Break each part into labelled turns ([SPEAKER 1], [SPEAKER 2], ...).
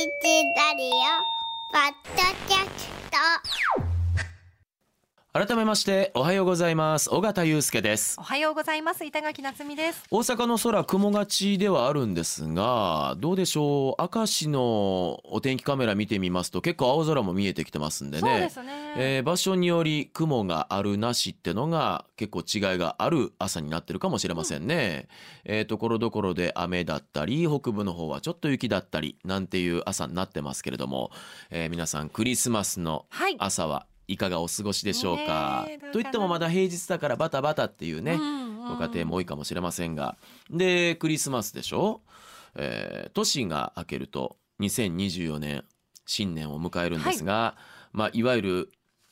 [SPEAKER 1] ラリオポッドキャスト。
[SPEAKER 2] 改めましておはようございます。尾形祐介です。
[SPEAKER 3] おはようございます。板垣夏美です。
[SPEAKER 2] 大阪の空雲がちではあるんですが、どうでしょう。明石のお天気カメラ見てみますと結構青空も見えてきてますんでね。
[SPEAKER 3] そうですね。
[SPEAKER 2] 場所により雲があるなしってのが結構違いがある朝になってるかもしれませんね。ところどころで雨だったり、北部の方はちょっと雪だったりなんていう朝になってますけれども、皆さんクリスマスの朝はいかがお過ごしでしょうか。といってもまだ平日だからバタバタっていうね、ご家庭も多いかもしれませんが、でクリスマスでしょ。年が明けると2024年新年を迎えるんですが、いわゆる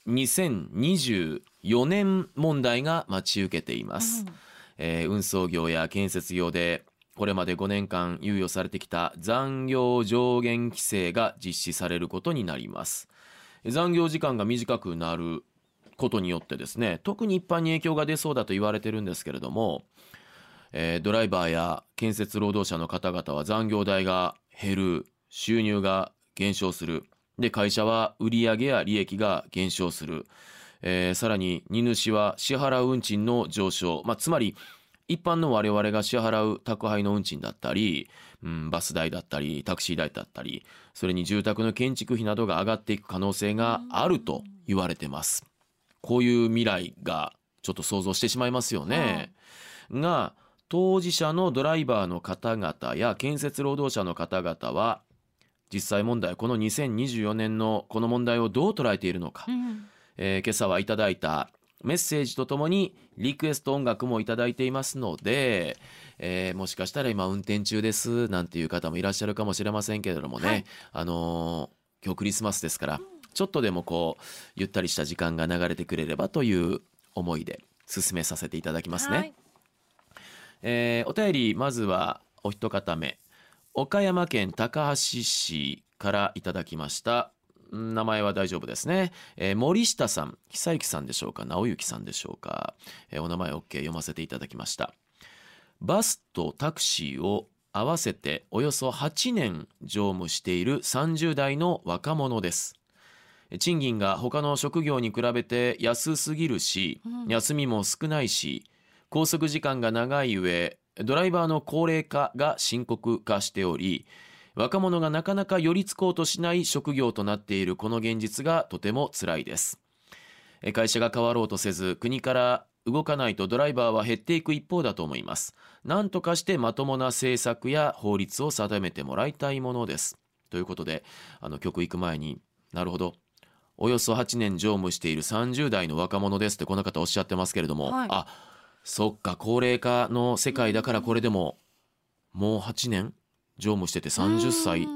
[SPEAKER 2] 2024年問題が待ち受けています。運送業や建設業でこれまで5年間猶予されてきた残業上限規制が実施されることになります。残業時間が短くなることによってですね、特に一般に影響が出そうだと言われてるんですけれども、ドライバーや建設労働者の方々は残業代が減る、収入が減少する、で会社は売上や利益が減少する、さらに荷主は支払う運賃の上昇、つまり一般の我々が支払う宅配の運賃だったり、バス代だったりタクシー代だったり、それに住宅の建築費などが上がっていく可能性があると言われてます。こういう未来がちょっと想像してしまいますよね。が当事者のドライバーの方々や建設労働者の方々は実際問題、この2024年のこの問題をどう捉えているのか、今朝はいただいたメッセージとともにリクエスト音楽もいただいていますので、もしかしたら今運転中ですなんていう方もいらっしゃるかもしれませんけれどもね、今日クリスマスですから、ちょっとでもこうゆったりした時間が流れてくれればという思いで進めさせていただきますね。お便りまずはお一方目、岡山県高梁市からいただきました。名前は大丈夫ですね。森下さん、久之さんでしょうか、直之さんでしょうか。お名前 OK 読ませていただきました。バスとタクシーを合わせておよそ8年乗務している30代の若者です。賃金が他の職業に比べて安すぎるし、休みも少ないし、拘束時間が長い上、ドライバーの高齢化が深刻化しており、若者がなかなか寄りつこうとしない職業となっているこの現実がとても辛いです。会社が変わろうとせず、国から動かないとドライバーは減っていく一方だと思います。なんとかしてまともな政策や法律を定めてもらいたいものです。ということで、曲行く前に、なるほど、およそ8年乗務している30代の若者ですってこの方おっしゃってますけれども、そっか、高齢化の世界だからこれでももう8年乗務してて30歳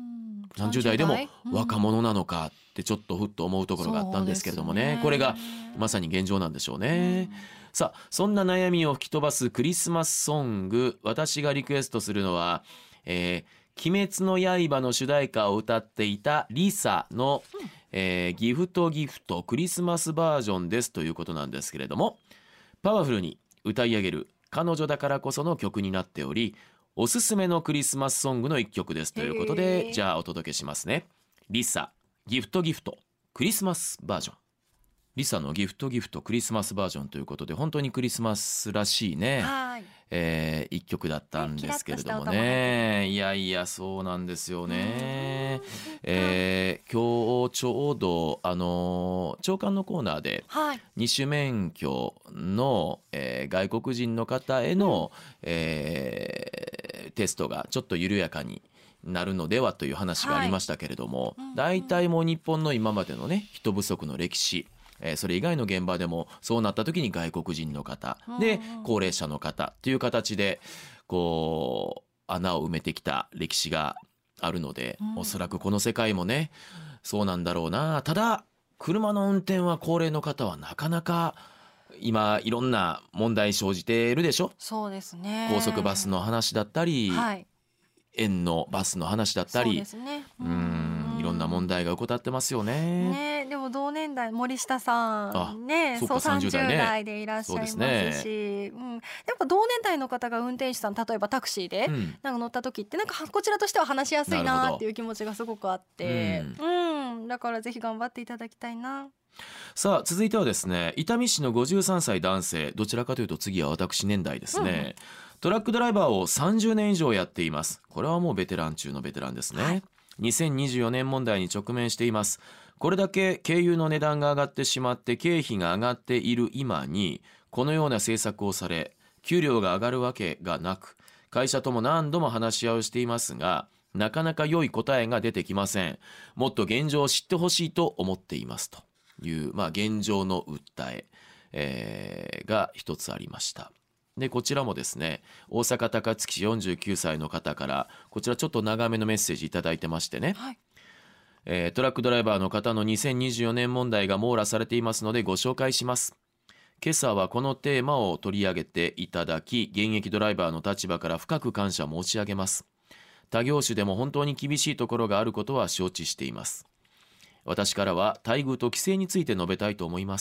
[SPEAKER 2] 30代でも若者なのかってちょっとふっと思うところがあったんですけれどもね、これがまさに現状なんでしょうね。さあ、そんな悩みを吹き飛ばすクリスマスソング、私がリクエストするのは、鬼滅の刃の主題歌を歌っていたリサの、ギフトギフトクリスマスバージョンですということなんですけれども、パワフルに歌い上げる彼女だからこその曲になっており、おすすめのクリスマスソングの一曲ですということで、じゃあお届けしますね。リサギフトギフトクリスマスバージョン。リサのギフトギフトクリスマスバージョンということで、本当にクリスマスらしいね、一曲だったんですけれどもね。いやいや、そうなんですよね。今日ちょうど朝刊のコーナーで二種免許の、外国人の方への、テストがちょっと緩やかになるのではという話がありましたけれども、大体もう日本の今までのね、人不足の歴史、それ以外の現場でもそうなった時に外国人の方で高齢者の方っていう形でこう穴を埋めてきた歴史があるので、おそらくこの世界もねそうなんだろうな。ただ車の運転は高齢の方はなかなか今いろんな問題生じているでしょ。
[SPEAKER 3] そうですね。
[SPEAKER 2] 高速バスの話だったり、園のバスの話だったり、いろんな問題が起こってますよね。
[SPEAKER 3] でもも同年代森下さんね、
[SPEAKER 2] そっか
[SPEAKER 3] そう
[SPEAKER 2] 30代ね
[SPEAKER 3] 30代でいらっしゃいますし、
[SPEAKER 2] そうです
[SPEAKER 3] やっぱ同年代の方が運転手さん、例えばタクシーで
[SPEAKER 2] うん
[SPEAKER 3] なんか乗った時ってなんかこちらとしては話しやすい
[SPEAKER 2] なるほど
[SPEAKER 3] なっていう気持ちがすごくあって、だからぜひ頑張っていただきたいな。
[SPEAKER 2] さあ続いてはですね、伊丹市の53歳男性、どちらかというと次は私年代ですね、トラックドライバーを30年以上やっています。これはもうベテラン中のベテランですね、2024年問題に直面しています。これだけ軽油の値段が上がってしまって経費が上がっている今にこのような政策をされ、給料が上がるわけがなく、会社とも何度も話し合いをしていますが、なかなか良い答えが出てきません。もっと現状を知ってほしいと思っていますという、現状の訴えが一つありました。でこちらもですね、大阪高槻市49歳の方から、こちらちょっと長めのメッセージいただいてましてね、トラックドライバーの方の2024年問題が網羅されていますのでご紹介します。今朝はこのテーマを取り上げていただき、現役ドライバーの立場から深く感謝申し上げます。他業種でも本当に厳しいところがあることは承知しています。私からは待遇と規制について述べたいと思います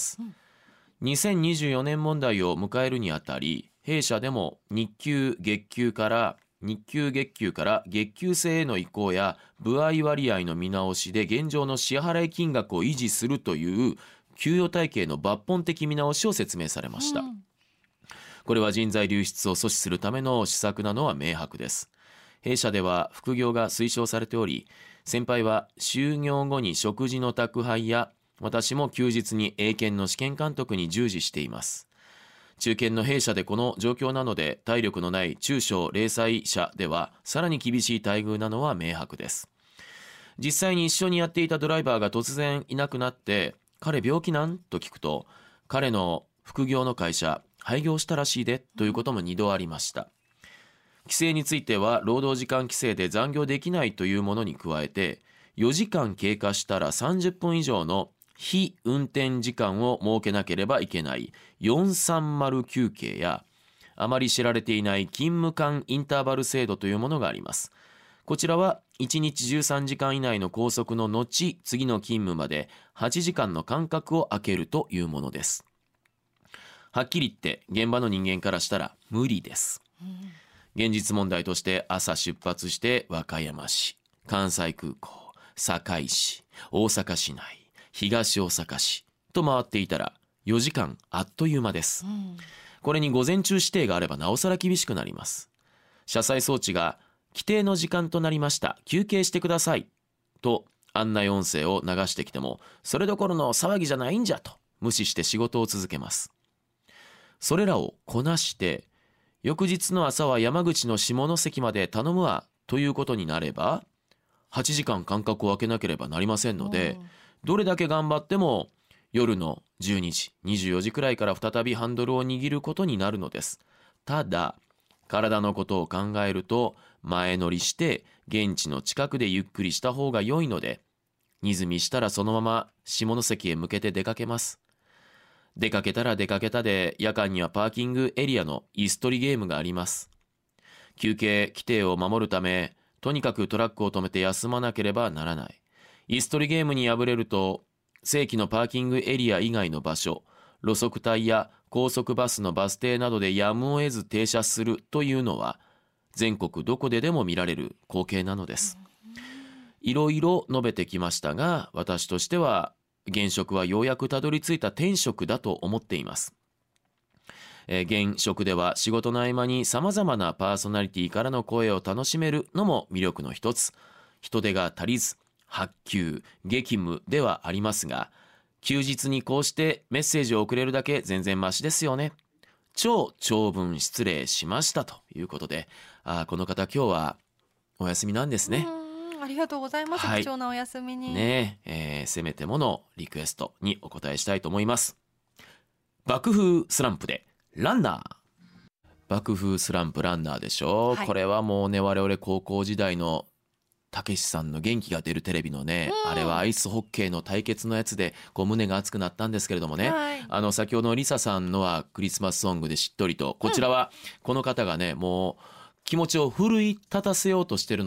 [SPEAKER 2] 。2024年問題を迎えるにあたり、弊社でも日給月給から月給制への移行や歩合割合の見直しで現状の支払い金額を維持するという給与体系の抜本的見直しを説明されました。これは人材流出を阻止するための施策なのは明白です。弊社では副業が推奨されており、先輩は就業後に食事の宅配や、私も休日に英検の試験監督に従事しています。中堅の弊社でこの状況なので、体力のない中小零細社ではさらに厳しい待遇なのは明白です。実際に一緒にやっていたドライバーが突然いなくなって、彼病気なんと聞くと、彼の副業の会社廃業したらしいでということも2度ありました。規制については労働時間規制で残業できないというものに加えて、4時間経過したら30分以上の非運転時間を設けなければいけない430休憩や、あまり知られていない勤務間インターバル制度というものがあります。こちらは1日13時間以内の拘束の後、次の勤務まで8時間の間隔を空けるというものです。はっきり言って現場の人間からしたら無理です。現実問題として、朝出発して和歌山市、関西空港、堺市、大阪市内、東大阪市と回っていたら4時間あっという間です。これに午前中指定があればなおさら厳しくなります。車載装置が規定の時間となりました、休憩してくださいと案内音声を流してきても、それどころの騒ぎじゃないんじゃと無視して仕事を続けます。それらをこなして翌日の朝は山口の下関まで頼むわということになれば、8時間間隔を空けなければなりませんので、どれだけ頑張っても夜の12時、24時くらいから再びハンドルを握ることになるのです。ただ、体のことを考えると、前乗りして現地の近くでゆっくりした方が良いので、荷積みしたらそのまま下関へ向けて出かけます。出かけたら出かけたで、夜間にはパーキングエリアの椅子取りゲームがあります。休憩規定を守るため、とにかくトラックを止めて休まなければならない。椅子取りゲームに敗れると、正規のパーキングエリア以外の場所、路側帯や高速バスのバス停などでやむを得ず停車するというのは、全国どこででも見られる光景なのです。いろいろ述べてきましたが、私としては現職はようやくたどり着いた天職だと思っています。現職では仕事の合間に様々なパーソナリティからの声を楽しめるのも魅力の一つ。人手が足りず、発給、激務ではありますが、休日にこうしてメッセージを送れるだけ全然マシですよね。超長文失礼しましたということで、この方今日はお休みなんですね。
[SPEAKER 3] ありがとうございます、貴重なお休みに
[SPEAKER 2] せめてものリクエストにお答えしたいと思います。爆風スランプでランナー。爆風スランプランナーでしょ、これはもうね、我々高校時代のたけしさんの元気が出るテレビのね、あれはアイスホッケーの対決のやつで胸が熱くなったんですけれどもね、先ほどのリサさんのはクリスマスソングでしっとりと、こちらはこの方がね、もう気持ちを奮い立たせようとしてるのが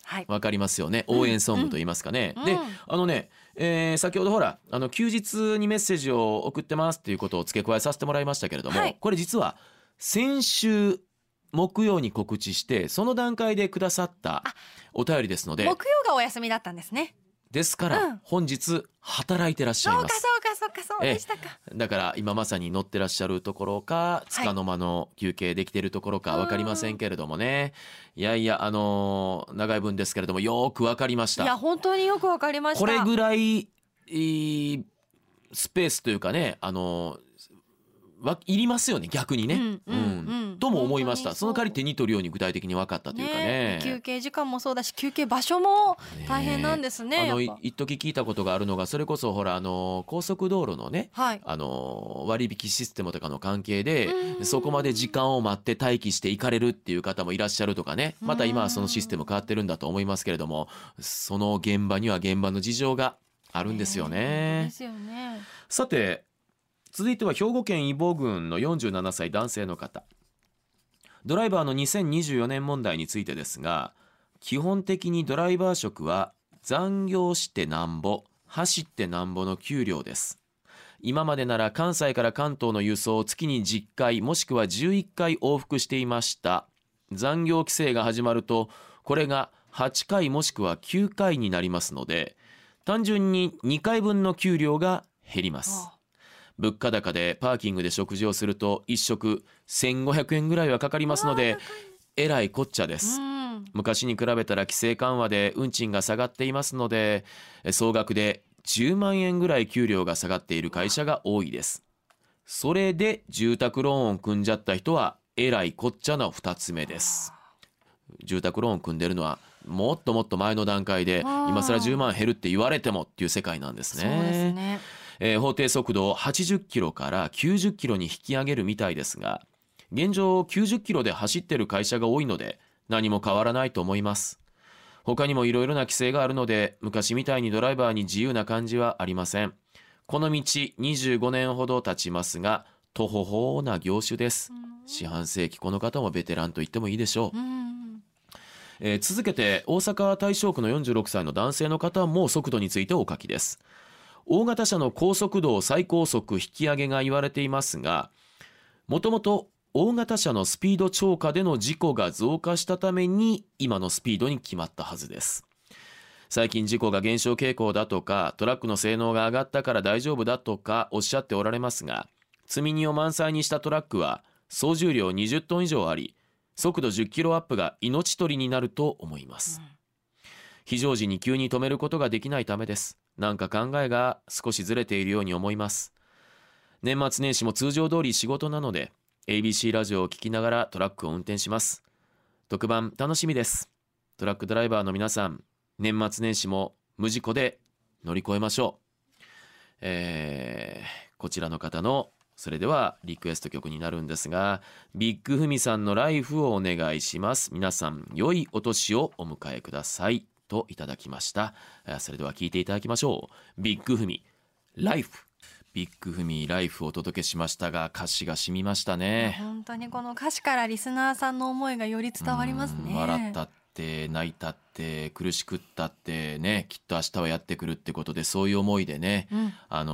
[SPEAKER 3] はい、
[SPEAKER 2] わかりますよね。応援ソングと言いますかね。で先ほどほら休日にメッセージを送ってますっていうことを付け加えさせてもらいましたけれども、
[SPEAKER 3] はい、
[SPEAKER 2] これ実は先週木曜に告知してその段階でくださったお便りですので、
[SPEAKER 3] 木曜がお休みだったんですね。
[SPEAKER 2] ですから本日働いてらっしゃいます。
[SPEAKER 3] そうでしたか。
[SPEAKER 2] だから今まさに乗ってらっしゃるところか束の間の休憩できているところか分かりませんけれどもね。いやいや長い分ですけれどもよく分かりました。
[SPEAKER 3] いや本当によく分かりました。
[SPEAKER 2] これぐらいスペースというかねいりますよね逆にね、とも思いました。その代わり手に取るように具体的に分かったというかね。
[SPEAKER 3] 休憩時間もそうだし休憩場所も大変なんですね。
[SPEAKER 2] 一時聞いたことがあるのがそれこそほら高速道路のね、
[SPEAKER 3] はい、
[SPEAKER 2] 割引システムとかの関係でそこまで時間を待って待機して行かれるっていう方もいらっしゃるとかね。また今はそのシステム変わってるんだと思いますけれども、その現場には現場の事情があるんですよね。
[SPEAKER 3] ですよね。
[SPEAKER 2] さて続いては兵庫県伊保郡の47歳男性の方。ドライバーの2024年問題についてですが、基本的にドライバー職は残業してなんぼ走ってなんぼの給料です。今までなら関西から関東の輸送を月に10回もしくは11回往復していました。残業規制が始まるとこれが8回もしくは9回になりますので、単純に2回分の給料が減ります。物価高でパーキングで食事をすると1食1500円ぐらいはかかりますので、えらいこっちゃです。昔に比べたら規制緩和で運賃が下がっていますので、総額で10万円ぐらい給料が下がっている会社が多いです。それで住宅ローンを組んじゃった人はえらいこっちゃの2つ目です。住宅ローン組んでるのはもっともっと前の段階で今更10万減るって言われてもっていう世界なんですね。
[SPEAKER 3] そうですね。
[SPEAKER 2] 法定速度を80キロから90キロに引き上げるみたいですが、現状90キロで走ってる会社が多いので何も変わらないと思います。他にもいろいろな規制があるので昔みたいにドライバーに自由な感じはありません。この道25年ほど経ちますがとほほな業種です。四半世紀この方もベテランと言ってもいいでしょう。続けて大阪大正区の46歳の男性の方も速度についてお書きです。大型車の高速度最高速引き上げが言われていますが、もともと大型車のスピード超過での事故が増加したために今のスピードに決まったはずです。最近事故が減少傾向だとかトラックの性能が上がったから大丈夫だとかおっしゃっておられますが、積み荷を満載にしたトラックは総重量20トン以上あり速度10キロアップが命取りになると思います。非常時に急に止めることができないためです。なんか考えが少しずれているように思います。年末年始も通常通り仕事なので ABC ラジオを聞きながらトラックを運転します。特番楽しみです。トラックドライバーの皆さん、年末年始も無事故で乗り越えましょう。こちらの方のそれではリクエスト曲になるんですが、ビッグフミさんのライフをお願いします。皆さん良いお年をお迎えくださいといただきました。それでは聞いていただきましょう。ビッグフミライフ。ビッグフミライフをお届けしましたが、歌詞が染みましたね。
[SPEAKER 3] 本当にこの歌詞からリスナーさんの思いがより伝わりますね。
[SPEAKER 2] 笑ったって泣いたって苦しくったってね、きっと明日はやってくるってことで、そういう思いでね、今日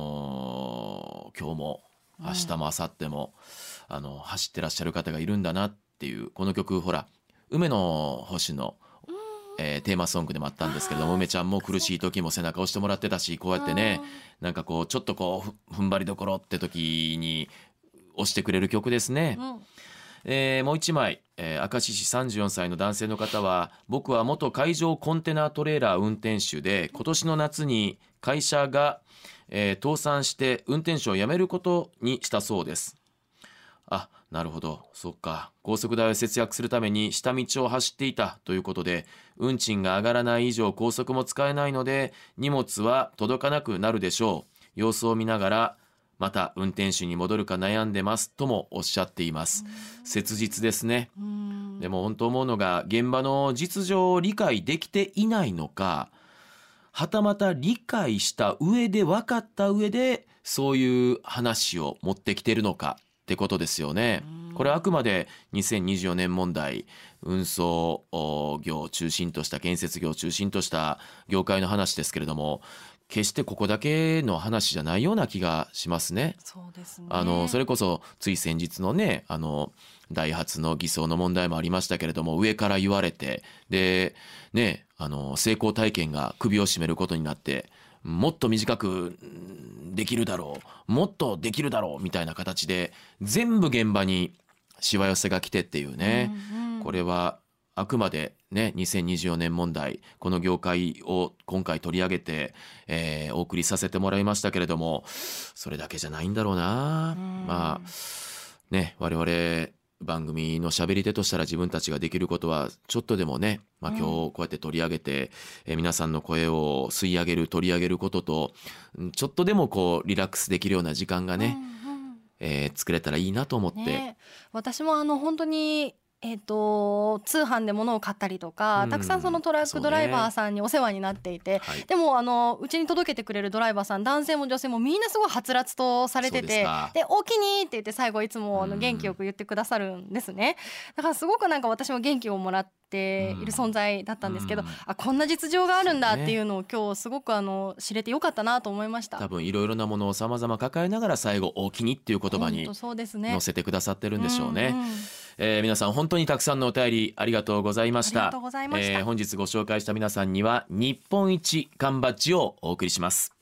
[SPEAKER 2] も明日も明後日も走ってらっしゃる方がいるんだなっていう。この曲ほら梅の星のテーマソングでもあったんですけれども、梅ちゃんも苦しい時も背中を押してもらってたし、こうやってね、なんかこうちょっとこう踏ん張りどころって時に押してくれる曲ですね。もう一枚、明石市34歳の男性の方は、僕は元海上コンテナトレーラー運転手で今年の夏に会社が、倒産して運転手を辞めることにしたそうです。あ、なるほど、そっか。高速代を節約するために下道を走っていたということで、運賃が上がらない以上高速も使えないので荷物は届かなくなるでしょう。様子を見ながらまた運転手に戻るか悩んでますともおっしゃっています。切実ですね。でも本当思うのが、現場の実情を理解できていないのか、はたまた理解した上で分かった上でそういう話を持ってきているのか、 ってことですよね。これはあくまで2024年問題、運送業を中心とした建設業を中心とした業界の話ですけれども、決してここだけの話じゃないような気がしますね。
[SPEAKER 3] そうですね。
[SPEAKER 2] それこそつい先日のね、ダイハツの偽装の問題もありましたけれども、上から言われて、でね、成功体験が首を絞めることになって、もっと短くできるだろう、もっとできるだろうみたいな形で全部現場にしわ寄せが来てっていうね、これはあくまでね、2024年問題、この業界を今回取り上げて、お送りさせてもらいましたけれども、それだけじゃないんだろうな。まあね、我々番組の喋り手としたら自分たちができることはちょっとでもね、今日こうやって取り上げて、皆さんの声を吸い上げる、取り上げることと、ちょっとでもこうリラックスできるような時間がね、作れたらいいなと思って、
[SPEAKER 3] ね、私も本当に通販で物を買ったりとか、たくさんそのトラックドライバーさんにお世話になっていて、
[SPEAKER 2] はい、
[SPEAKER 3] でもうちに届けてくれるドライバーさん、男性も女性もみんなすごいはつらつとされてて、でおおきにって言って最後いつも元気よく言ってくださるんですね。だからすごくなんか私も元気をもらっている存在だったんですけど、こんな実情があるんだっていうのを今日すごく知れてよかったなと思いました。
[SPEAKER 2] 多分いろいろなものを様々抱えながら最後おおきにっていう言葉に乗せてくださってるんでしょうね。皆さん本当にたくさんのお便りありがとうございました。本日ご紹介した皆さんには日本一缶バッジをお送りします。